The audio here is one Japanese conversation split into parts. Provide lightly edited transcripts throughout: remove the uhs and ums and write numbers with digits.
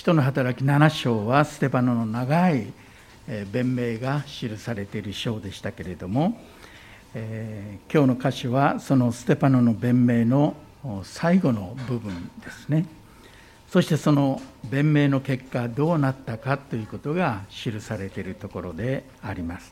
使徒の働き7章はステパノの長い弁明が記されている章でしたけれども、今日の箇所はそのステパノの弁明の最後の部分ですね。そしてその弁明の結果どうなったかということが記されているところであります。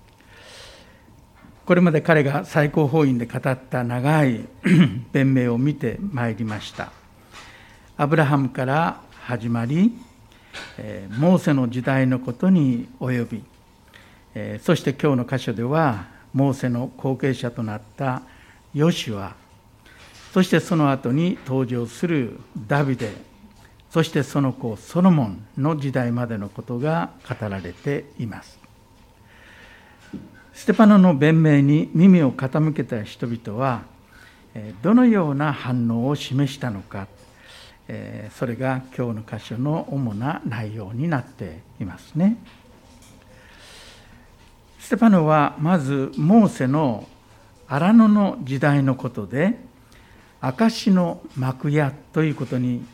これまで彼が最高法院で語った長い弁明を見てまいりました。アブラハムから始まり、モーセの時代のことに及び、そして今日の箇所ではモーセの後継者となったヨシュア、そしてその後に登場するダビデ、そしてその子ソロモンの時代までのことが語られています。ステパノの弁明に耳を傾けた人々はどのような反応を示したのか、それが今日の箇所の主な内容になっていますね。ステパノはまずモーセの荒野の時代のことで、証の幕屋ということに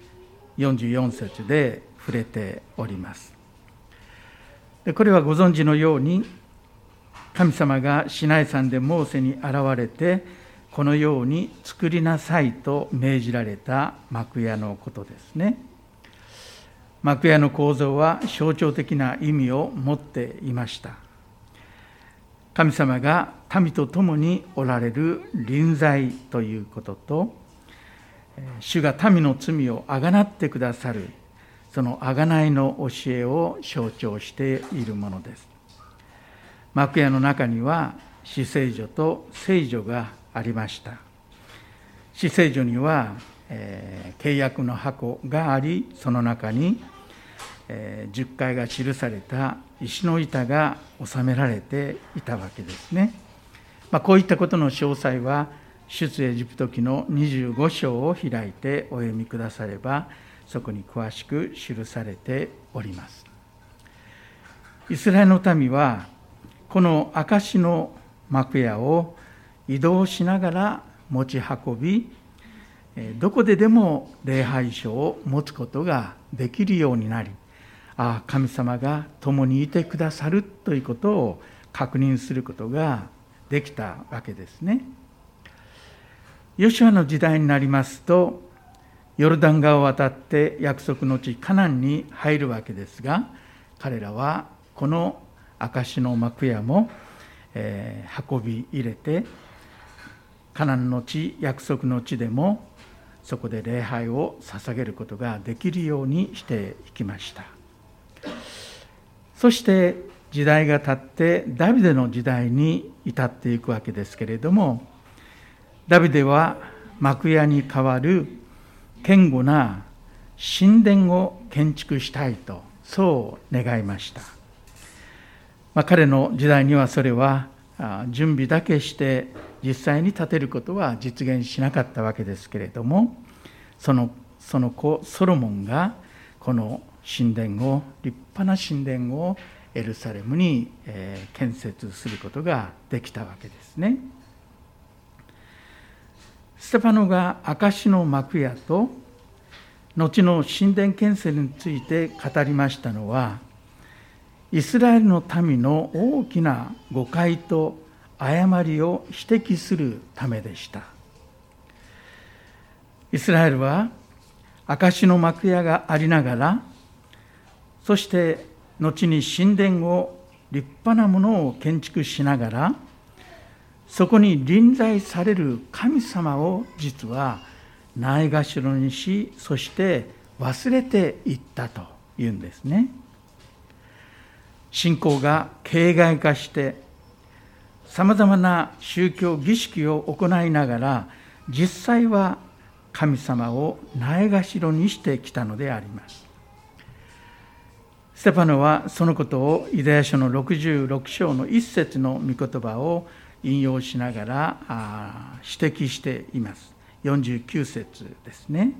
44節で触れております。これはご存知のように、神様がシナイ山でモーセに現れて、このように作りなさいと命じられた幕屋のことですね。幕屋の構造は象徴的な意味を持っていました。神様が民と共におられる臨在ということと、主が民の罪をあがなってくださる、そのあがないの教えを象徴しているものです。幕屋の中には至聖所と聖所がありました。至聖所には、契約の箱があり、その中に、十戒が記された石の板が収められていたわけですね。こういったことの詳細は出エジプト記の25章を開いてお読みくだされば、そこに詳しく記されております。イスラエルの民はこの証の幕屋を移動しながら持ち運び、どこででも礼拝所を持つことができるようになり、神様が共にいてくださるということを確認することができたわけですね。ヨシュアの時代になりますと、ヨルダン川を渡って約束の地カナンに入るわけですが、彼らはこの証の幕屋も、運び入れて、カナンの地、約束の地でもそこで礼拝を捧げることができるようにしていきました。そして時代が経ってダビデの時代に至っていくわけですけれども、ダビデは幕屋に代わる堅固な神殿を建築したいと、そう願いました。彼の時代にはそれは準備だけして実際に建てることは実現しなかったわけですけれども、その子ソロモンがこの神殿を、立派な神殿をエルサレムに建設することができたわけですね。ステパノが証の幕屋と後の神殿建設について語りましたのは、イスラエルの民の大きな誤解と誤りを指摘するためでした。イスラエルは証の幕屋がありながら、そして後に神殿を立派なものを建築しながら、そこに臨在される神様を実はないがしろにし、そして忘れていったというんですね。信仰が形骸化して、さまざまな宗教儀式を行いながら、実際は神様をないがしろにしてきたのであります。ステパノはそのことをイザヤ書の66章の一節の御言葉を引用しながら指摘しています。49節ですね。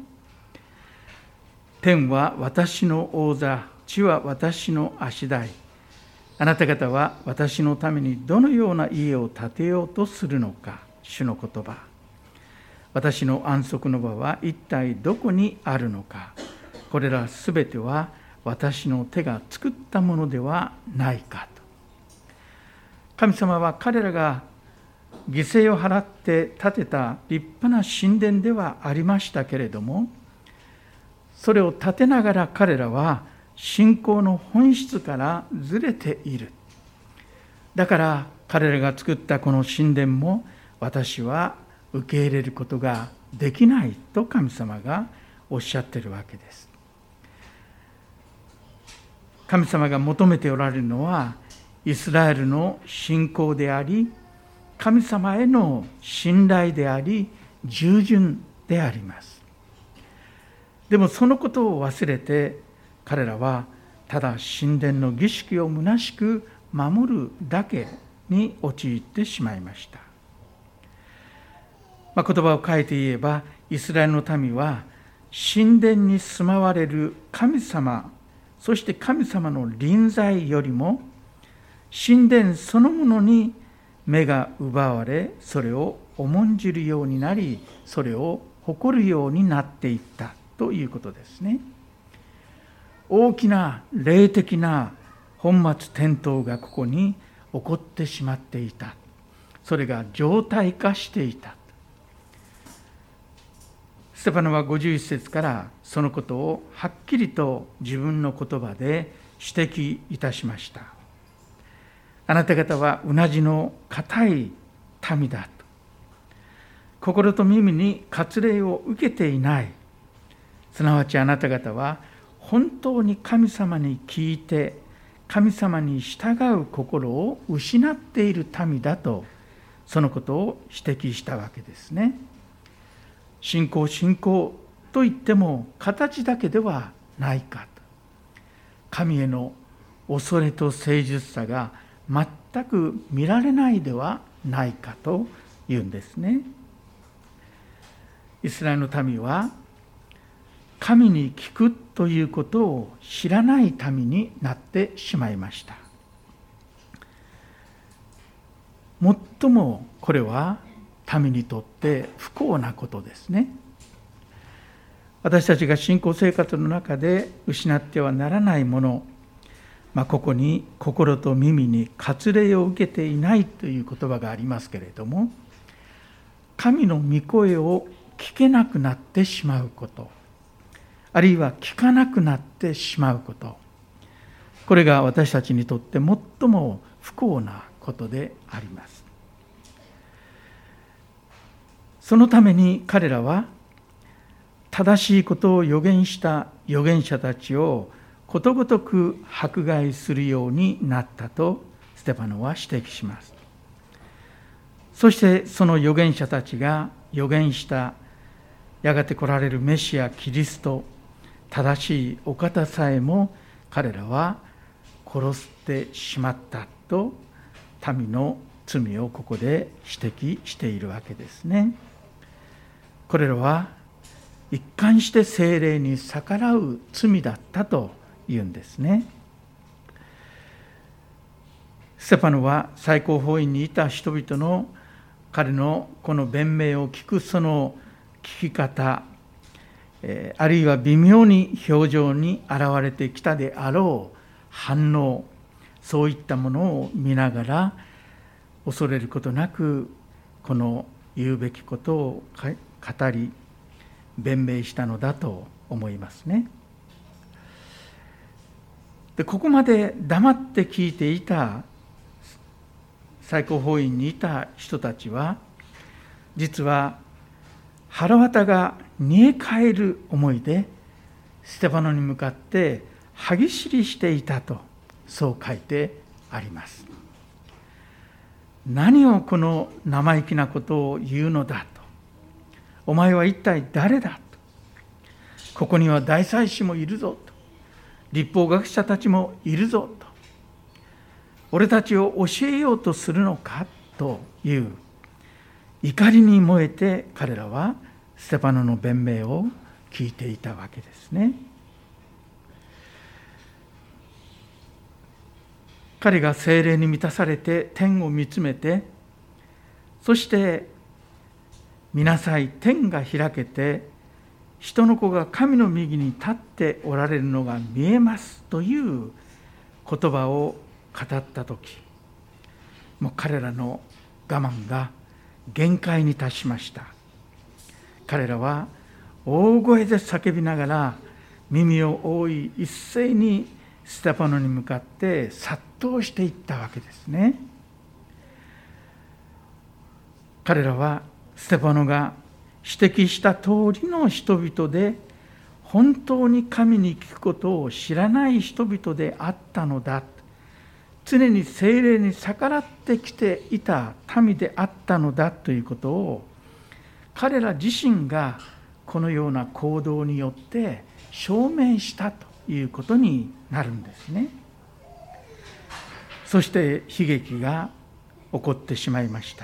天は私の王座、地は私の足台。あなた方は私のためにどのような家を建てようとするのか。主の言葉。私の安息の場は一体どこにあるのか。 これらすべては私の手が作ったものではないかと。神様は彼らが犠牲を払って建てた立派な神殿ではありましたけれども、それを建てながら彼らは信仰の本質からずれている。だから彼らが作ったこの神殿も私は受け入れることができないと神様がおっしゃっているわけです。神様が求めておられるのはイスラエルの信仰であり、神様への信頼であり、従順であります。でもそのことを忘れて、彼らはただ神殿の儀式を虚しく守るだけに陥ってしまいました。言葉を変えて言えば、イスラエルの民は神殿に住まわれる神様、そして神様の臨在よりも神殿そのものに目が奪われ、それを重んじるようになり、それを誇るようになっていったということですね。大きな霊的な本末転倒がここに起こってしまっていた。それが常態化していた。ステパノは51節からそのことをはっきりと自分の言葉で指摘いたしました。あなた方はうなじの固い民だと。心と耳に割礼を受けていない。すなわちあなた方は本当に神様に聞いて神様に従う心を失っている民だと、そのことを指摘したわけですね。信仰といっても形だけではないかと。神への恐れと誠実さが全く見られないではないかというんですね。イスラエルの民は神に聞くということを知らない民になってしまいました。最もこれは民にとって不幸なことですね。私たちが信仰生活の中で失ってはならないもの、ここに心と耳に割礼を受けていないという言葉がありますけれども、神の御声を聞けなくなってしまうこと、あるいは聞かなくなってしまうこと、これが私たちにとって最も不幸なことであります。そのために彼らは正しいことを預言した預言者たちをことごとく迫害するようになったとステパノは指摘します。そしてその預言者たちが預言したやがて来られるメシアキリスト、正しいお方さえも彼らは殺してしまったと民の罪をここで指摘しているわけですね。これらは一貫して聖霊に逆らう罪だったというんですね。ステパノは最高法院にいた人々の彼のこの弁明を聞くその聞き方、あるいは微妙に表情に現れてきたであろう反応、そういったものを見ながら恐れることなくこの言うべきことを語り弁明したのだと思いますね。でここまで黙って聞いていた最高法院にいた人たちは、実は腹渡が煮え返る思いでステパノに向かって歯ぎしりしていたと、そう書いてあります。何をこの生意気なことを言うのだと、お前は一体誰だと、ここには大祭司もいるぞと、律法学者たちもいるぞと、俺たちを教えようとするのかという怒りに燃えて彼らはステパノの弁明を聞いていたわけですね。彼が聖霊に満たされて天を見つめて、そして見なさい、天が開けて人の子が神の右に立っておられるのが見えますという言葉を語ったとき、もう彼らの我慢が限界に達しました。彼らは大声で叫びながら耳を覆い、一斉にステパノに向かって殺到していったわけですね。彼らはステパノが指摘した通りの人々で、本当に神に聞くことを知らない人々であったのだ、常に聖霊に逆らってきていた民であったのだということを、彼ら自身がこのような行動によって証明したということになるんですね。そして悲劇が起こってしまいました。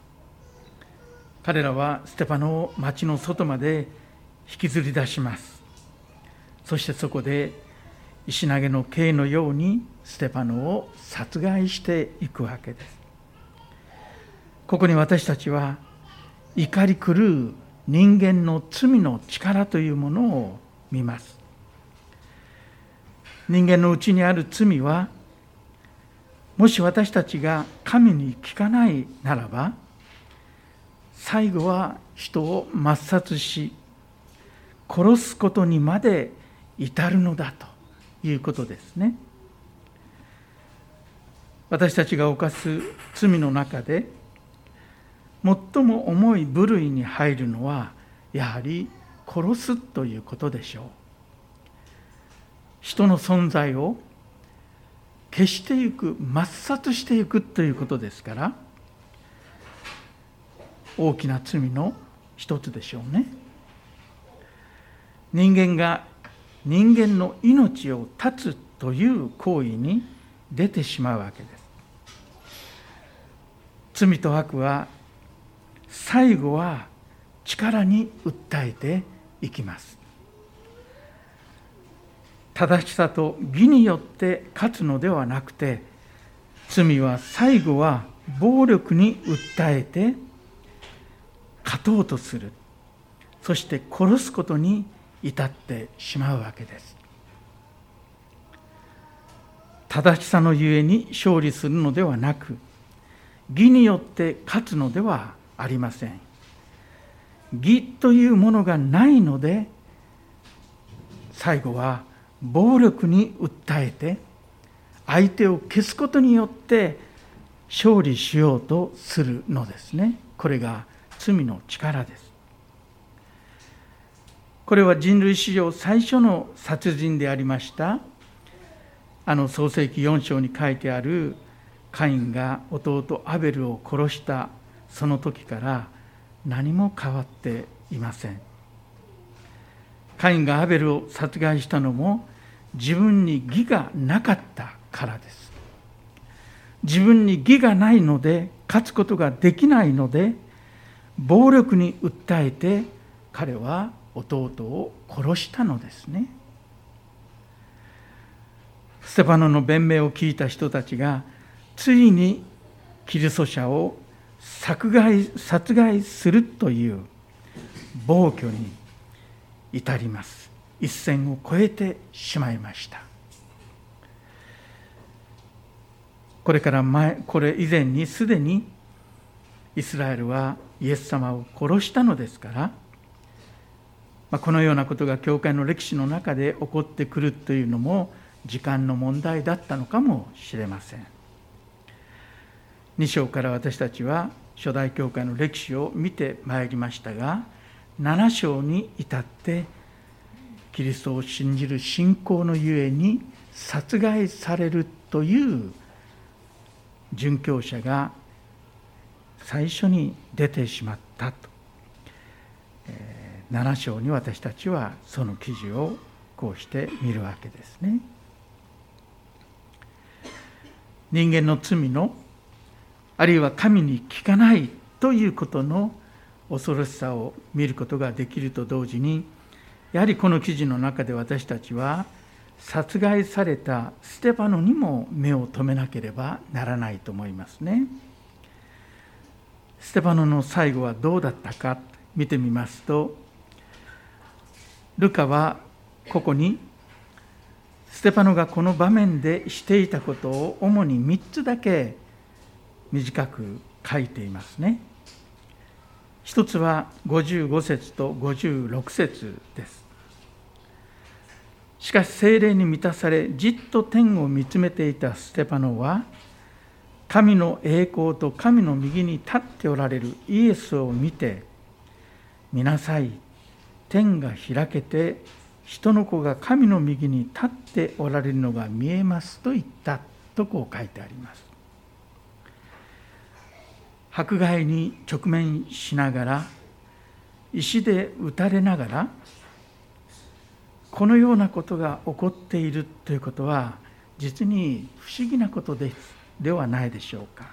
彼らはステパノを町の外まで引きずり出します。そしてそこで石投げの刑のようにステパノを殺害していくわけです。ここに私たちは怒り狂う人間の罪の力というものを見ます。人間のうちにある罪は、もし私たちが神に聞かないならば、最後は人を抹殺し、殺すことにまで至るのだということですね。私たちが犯す罪の中で、最も重い部類に入るのは、やはり殺すということでしょう。人の存在を消していく、抹殺していくということですから、大きな罪の一つでしょうね。人間が人間の命を絶つという行為に出てしまうわけです。罪と悪は最後は力に訴えていきます。正しさと義によって勝つのではなくて、罪は最後は暴力に訴えて勝とうとする。そして殺すことに至ってしまうわけです。正しさのゆえに勝利するのではなく、義によって勝つのではありません。義というものがないので、最後は暴力に訴えて相手を消すことによって勝利しようとするのですね。これが罪の力です。これは人類史上最初の殺人でありました。創世記4章に書いてあるカインが弟アベルを殺したその時から何も変わっていません。カインがアベルを殺害したのも自分に義がなかったからです。自分に義がないので、勝つことができないので、暴力に訴えて彼は弟を殺したのですね。ステパノの弁明を聞いた人たちがついにキリスト者を殺害するという暴挙に至ります。一線を越えてしまいました。これ以前にすでにイスラエルはイエス様を殺したのですから、このようなことが教会の歴史の中で起こってくるというのも時間の問題だったのかもしれません。2章から私たちは初代教会の歴史を見てまいりましたが、7章に至ってキリストを信じる信仰のゆえに殺害されるという殉教者が最初に出てしまったと、7章に私たちはその記事をこうして見るわけですね。人間の罪の、あるいは神に聞かないということの恐ろしさを見ることができると同時に、やはりこの記事の中で私たちは殺害されたステパノにも目を留めなければならないと思いますね。ステパノの最後はどうだったか見てみますと、 ルカはここにステパノがこの場面でしていたことを主に3つだけ短く書いていますね。一つは55節と56節です。しかし聖霊に満たされ、じっと天を見つめていたステパノは、神の栄光と神の右に立っておられるイエスを見て、見なさい、天が開けて、人の子が神の右に立っておられるのが見えますと言ったとこう書いてあります。迫害に直面しながら、石で打たれながら、このようなことが起こっているということは、実に不思議なことではないでしょうか。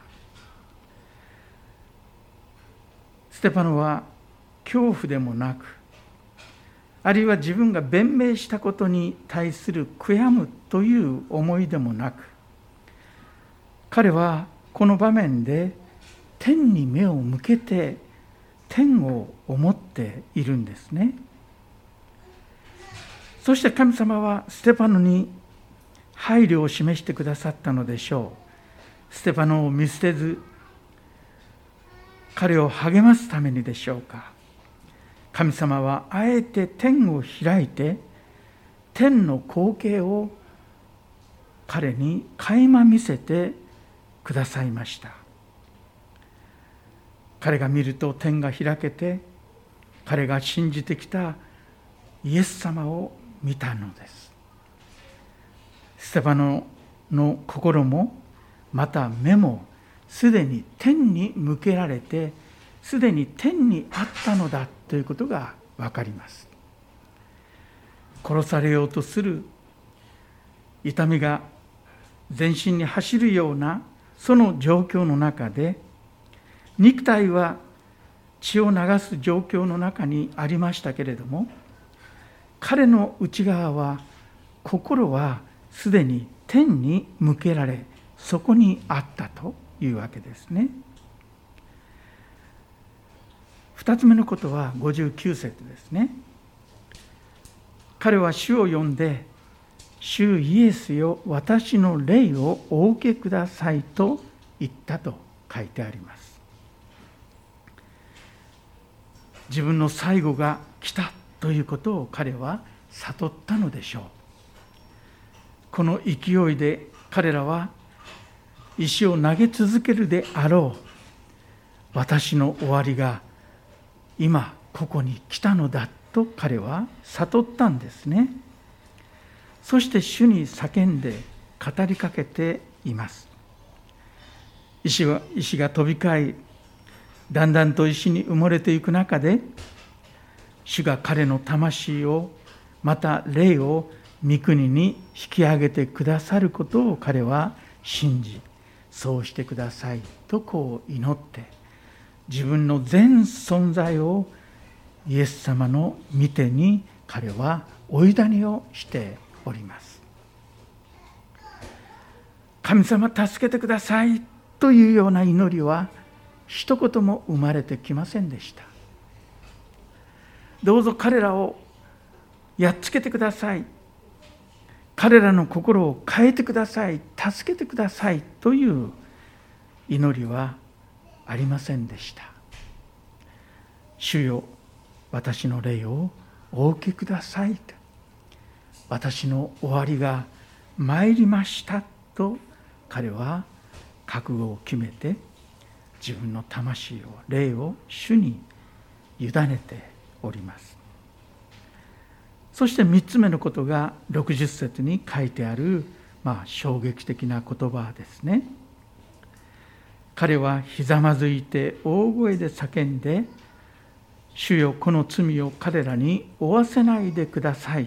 ステパノは恐怖でもなく、あるいは自分が弁明したことに対する悔やむという思いでもなく、彼はこの場面で天に目を向けて天を思っているんですね。そして神様はステパノに配慮を示してくださったのでしょう。ステパノを見捨てず、彼を励ますためにでしょうか。神様はあえて天を開いて、天の光景を彼に垣間見せてくださいました。彼が見ると天が開けて、彼が信じてきたイエス様を見たのです。ステパノの心もまた目もすでに天に向けられて、すでに天にあったのだということが分かります。殺されようとする痛みが全身に走るようなその状況の中で、肉体は血を流す状況の中にありましたけれども、彼の内側は、心はすでに天に向けられ、そこにあったというわけですね。二つ目のことは59節ですね。彼は主を呼んで、主イエスよ、私の霊をお受けくださいと言ったと書いてあります。自分の最後が来たということを彼は悟ったのでしょう。この勢いで彼らは石を投げ続けるであろう、私の終わりが今ここに来たのだと彼は悟ったんですね。そして主に叫んで語りかけています。石が飛び交い、だんだんと石に埋もれていく中で、主が彼の魂を、また霊を御国に引き上げてくださることを彼は信じ、そうしてくださいとこう祈って、自分の全存在をイエス様の御手に彼はお委ねをしております。神様助けてくださいというような祈りは一言も生まれてきませんでした。どうぞ彼らをやっつけてください、彼らの心を変えてください、助けてくださいという祈りはありませんでした。主よ、私の霊をお受けくださいと、私の終わりが参りましたと彼は覚悟を決めて、自分の魂を、霊を主に委ねております。そして3つ目のことが60節に書いてある、衝撃的な言葉ですね。彼はひざまずいて大声で叫んで、主よ、この罪を彼らに負わせないでください。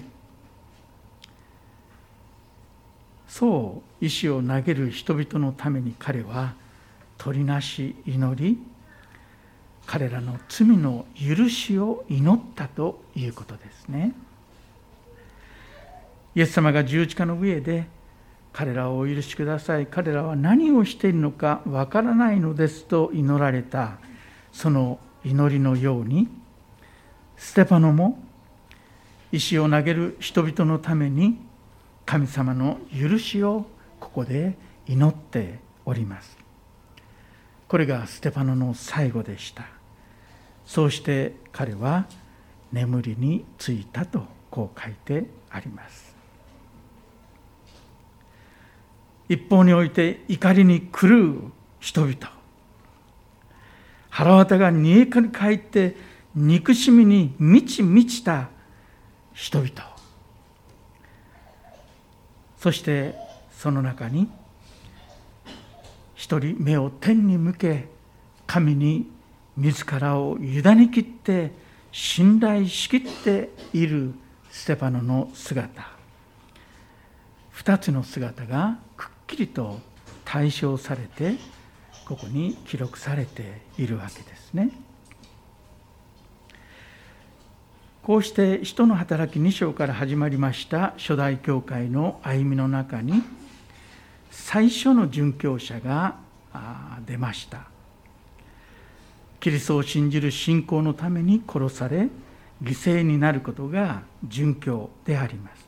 そう石を投げる人々のために彼は取りなし祈り、彼らの罪の許しを祈ったということですね。イエス様が十字架の上で、彼らをお許しください、彼らは何をしているのかわからないのですと祈られた、その祈りのように、ステパノも石を投げる人々のために神様の許しをここで祈っております。これがステパノの最後でした。そうして彼は眠りについたとこう書いてあります。一方において怒りに狂う人々、腹渡が煮えく返って憎しみに満ちた人々、そしてその中に一人目を天に向け神に自らを委ねきって信頼しきっているステパノの姿、二つの姿がくっきりと対照されてここに記録されているわけですね。こうして使徒の働き2章から始まりました初代教会の歩みの中に最初の殉教者が出ました。キリストを信じる信仰のために殺され犠牲になることが殉教であります。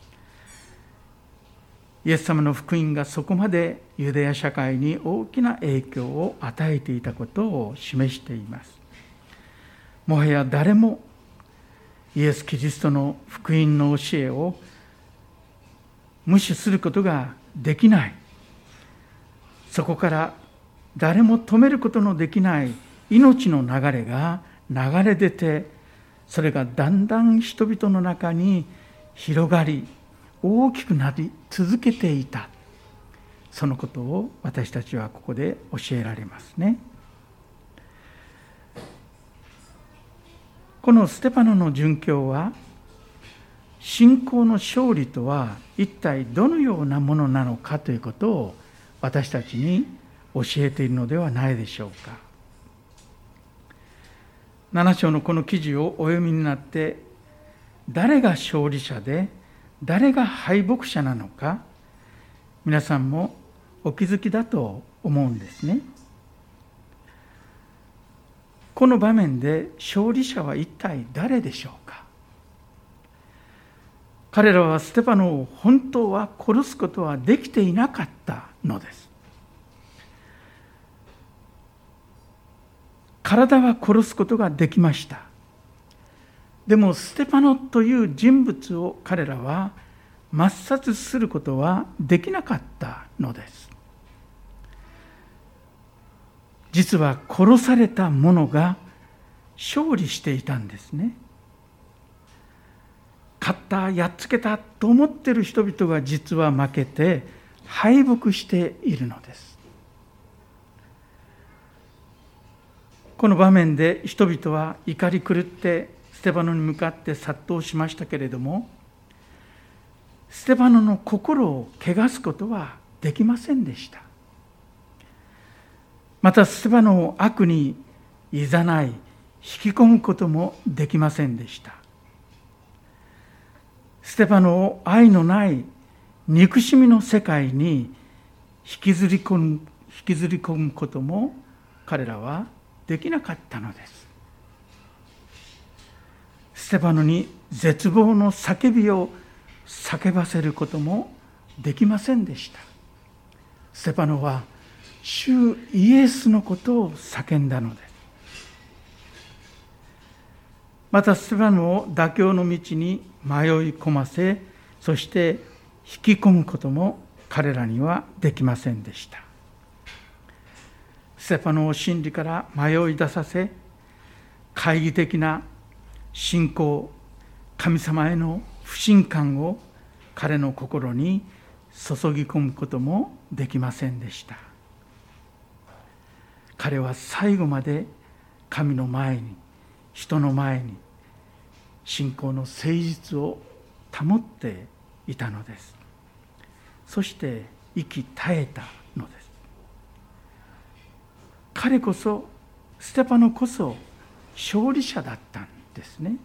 イエス様の福音がそこまでユダヤ社会に大きな影響を与えていたことを示しています。もはや誰もイエス・キリストの福音の教えを無視することができない。そこから誰も止めることのできない命の流れが流れ出て、それがだんだん人々の中に広がり大きくなり続けていた。そのことを私たちはここで教えられますね。このステパノの殉教は信仰の勝利とは一体どのようなものなのかということを私たちに教えているのではないでしょうか。7章のこの記事をお読みになって、誰が勝利者で誰が敗北者なのか、皆さんもお気づきだと思うんですね。この場面で勝利者は一体誰でしょうか。彼らはステパノを本当は殺すことはできていなかったのです。体は殺すことができました。でもステパノという人物を彼らは抹殺することはできなかったのです。実は殺された者が勝利していたんですね。勝った、やっつけたと思っている人々が実は負けて敗北しているのです。この場面で人々は怒り狂ってステパノに向かって殺到しましたけれども、ステパノの心を汚すことはできませんでした。またステパノを悪にいざない、引き込むこともできませんでした。ステパノを愛のない憎しみの世界に引きずり込むことも彼らはできなかったのです。ステパノに絶望の叫びを叫ばせることもできませんでした。ステパノは主イエスのことを叫んだのです。またステパノを妥協の道に迷い込ませ、そして引き込むことも彼らにはできませんでした。ステパノを真理から迷い出させ、懐疑的な信仰、神様への不信感を彼の心に注ぎ込むこともできませんでした。彼は最後まで神の前に、人の前に信仰の誠実を保っていたのです。そして生き絶えたのです。彼こそ、ステパノこそ勝利者だったんですね。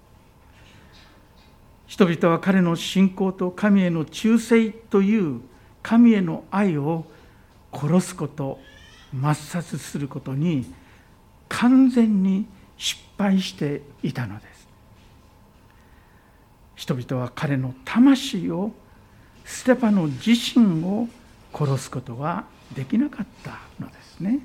人々は彼の信仰と神への忠誠という神への愛を殺すこと、抹殺することに完全に失敗していたのです。 人々は彼の魂を、ステパノ自身を殺すことはできなかったのですね。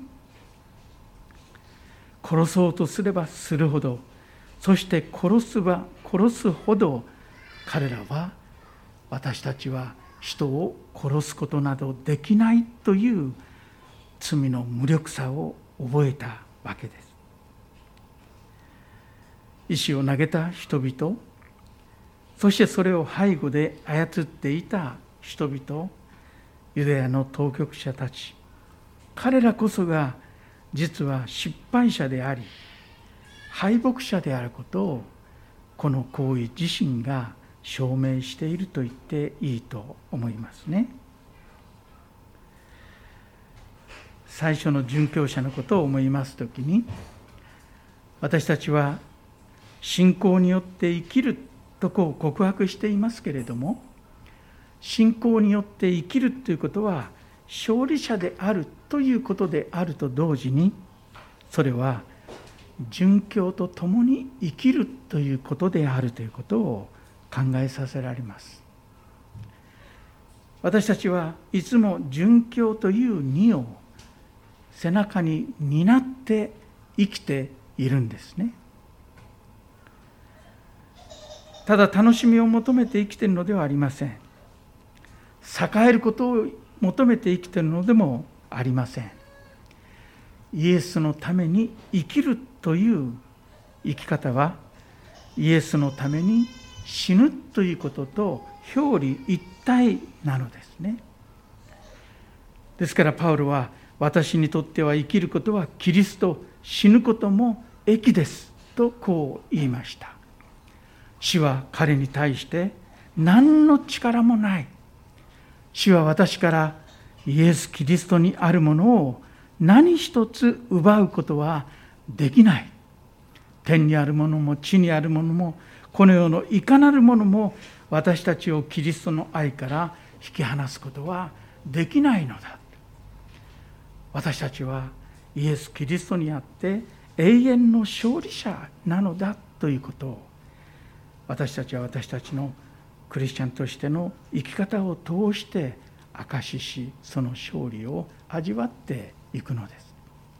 殺そうとすればするほど、そして殺すほど、彼らは、私たちは人を殺すことなどできないという罪の無力さを覚えたわけです。石を投げた人々、そしてそれを背後で操っていた人々、ユダヤの当局者たち、彼らこそが実は失敗者であり、敗北者であることを、この行為自身が証明していると言っていいと思いますね。最初の殉教者のことを思いますときに、私たちは信仰によって生きるとこう告白していますけれども、信仰によって生きるということは勝利者であるということであると同時に、それは殉教とともに生きるということであるということを考えさせられます。私たちはいつも殉教という荷を背中に担って生きているんですね。ただ楽しみを求めて生きているのではありません。栄えることを求めて生きているのでもありません。イエスのために生きるという生き方は、イエスのために死ぬということと表裏一体なのですね。ですからパウロは、私にとっては生きることはキリスト、死ぬことも益ですとこう言いました。死は彼に対して何の力もない。死は私からイエス・キリストにあるものを何一つ奪うことはできない。天にあるものも地にあるものも、この世のいかなるものも私たちをキリストの愛から引き離すことはできないのだ。私たちはイエス・キリストにあって永遠の勝利者なのだということを、私たちは私たちのクリスチャンとしての生き方を通して証しし、その勝利を味わっていくのです。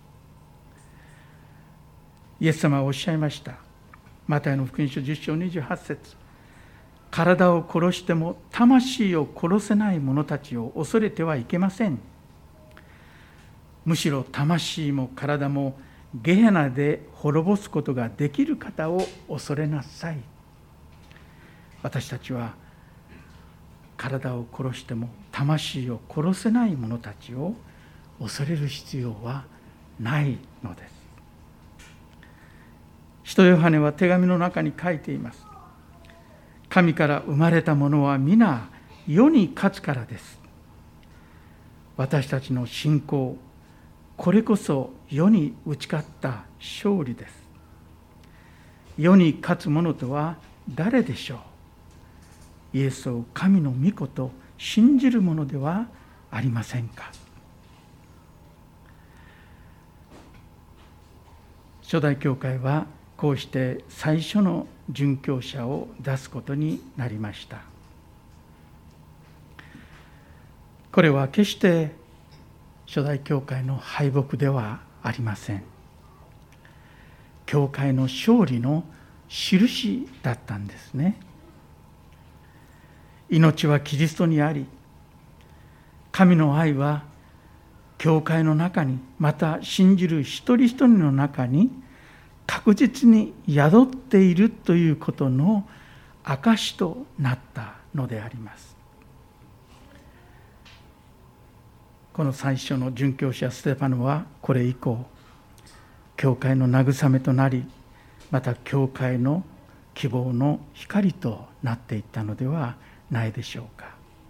イエス様はおっしゃいました。マタイの福音書10章28節、体を殺しても魂を殺せない者たちを恐れてはいけません。むしろ魂も体もゲヘナで滅ぼすことができる方を恐れなさい。私たちは体を殺しても魂を殺せない者たちを恐れる必要はないのです。使徒ヨハネは手紙の中に書いています。神から生まれたものは皆世に勝つからです。私たちの信仰、これこそ世に打ち勝った勝利です。世に勝つ者とは誰でしょう。イエスを神の御子と信じる者ではありませんか。初代教会はこうして最初の殉教者を出すことになりました。これは決して初代教会の敗北ではありません。教会の勝利の印だったんですね。命はキリストにあり、神の愛は教会の中に、また信じる一人一人の中に確実に宿っているということの証となったのであります。この最初の殉教者ステパノはこれ以降、教会の慰めとなり、また教会の希望の光となっていったのではないでしょうか。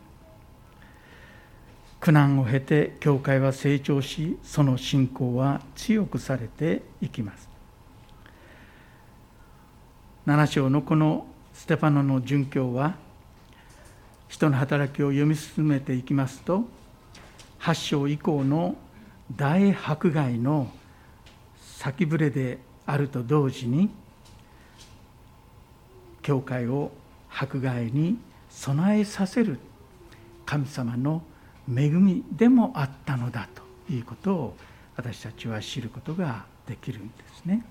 苦難を経て教会は成長し、その信仰は強くされていきます。7章のこのステパノの殉教は、人の働きを読み進めていきますと、8章以降の大迫害の先触れであると同時に、教会を迫害に備えさせる神様の恵みでもあったのだということを私たちは知ることができるんですね。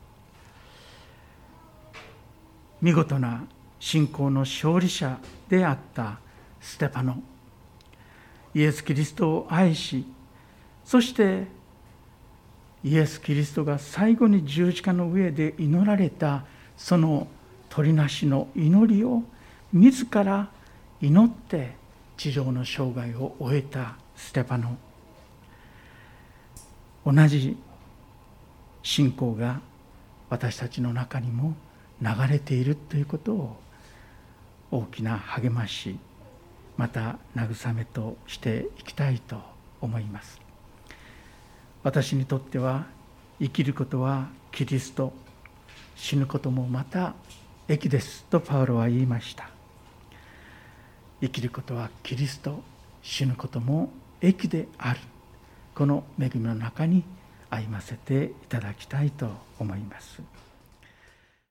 見事な信仰の勝利者であったステパノ、イエス・キリストを愛し、そしてイエス・キリストが最後に十字架の上で祈られたその取りなしの祈りを自ら祈って地上の生涯を終えたステパノ。同じ信仰が私たちの中にも流れているということを大きな励まし、また慰めとしていきたいと思います。私にとっては生きることはキリスト、死ぬこともまた益ですとパウロは言いました。生きることはキリスト、死ぬことも益である。この恵みの中に歩ませていただきたいと思います。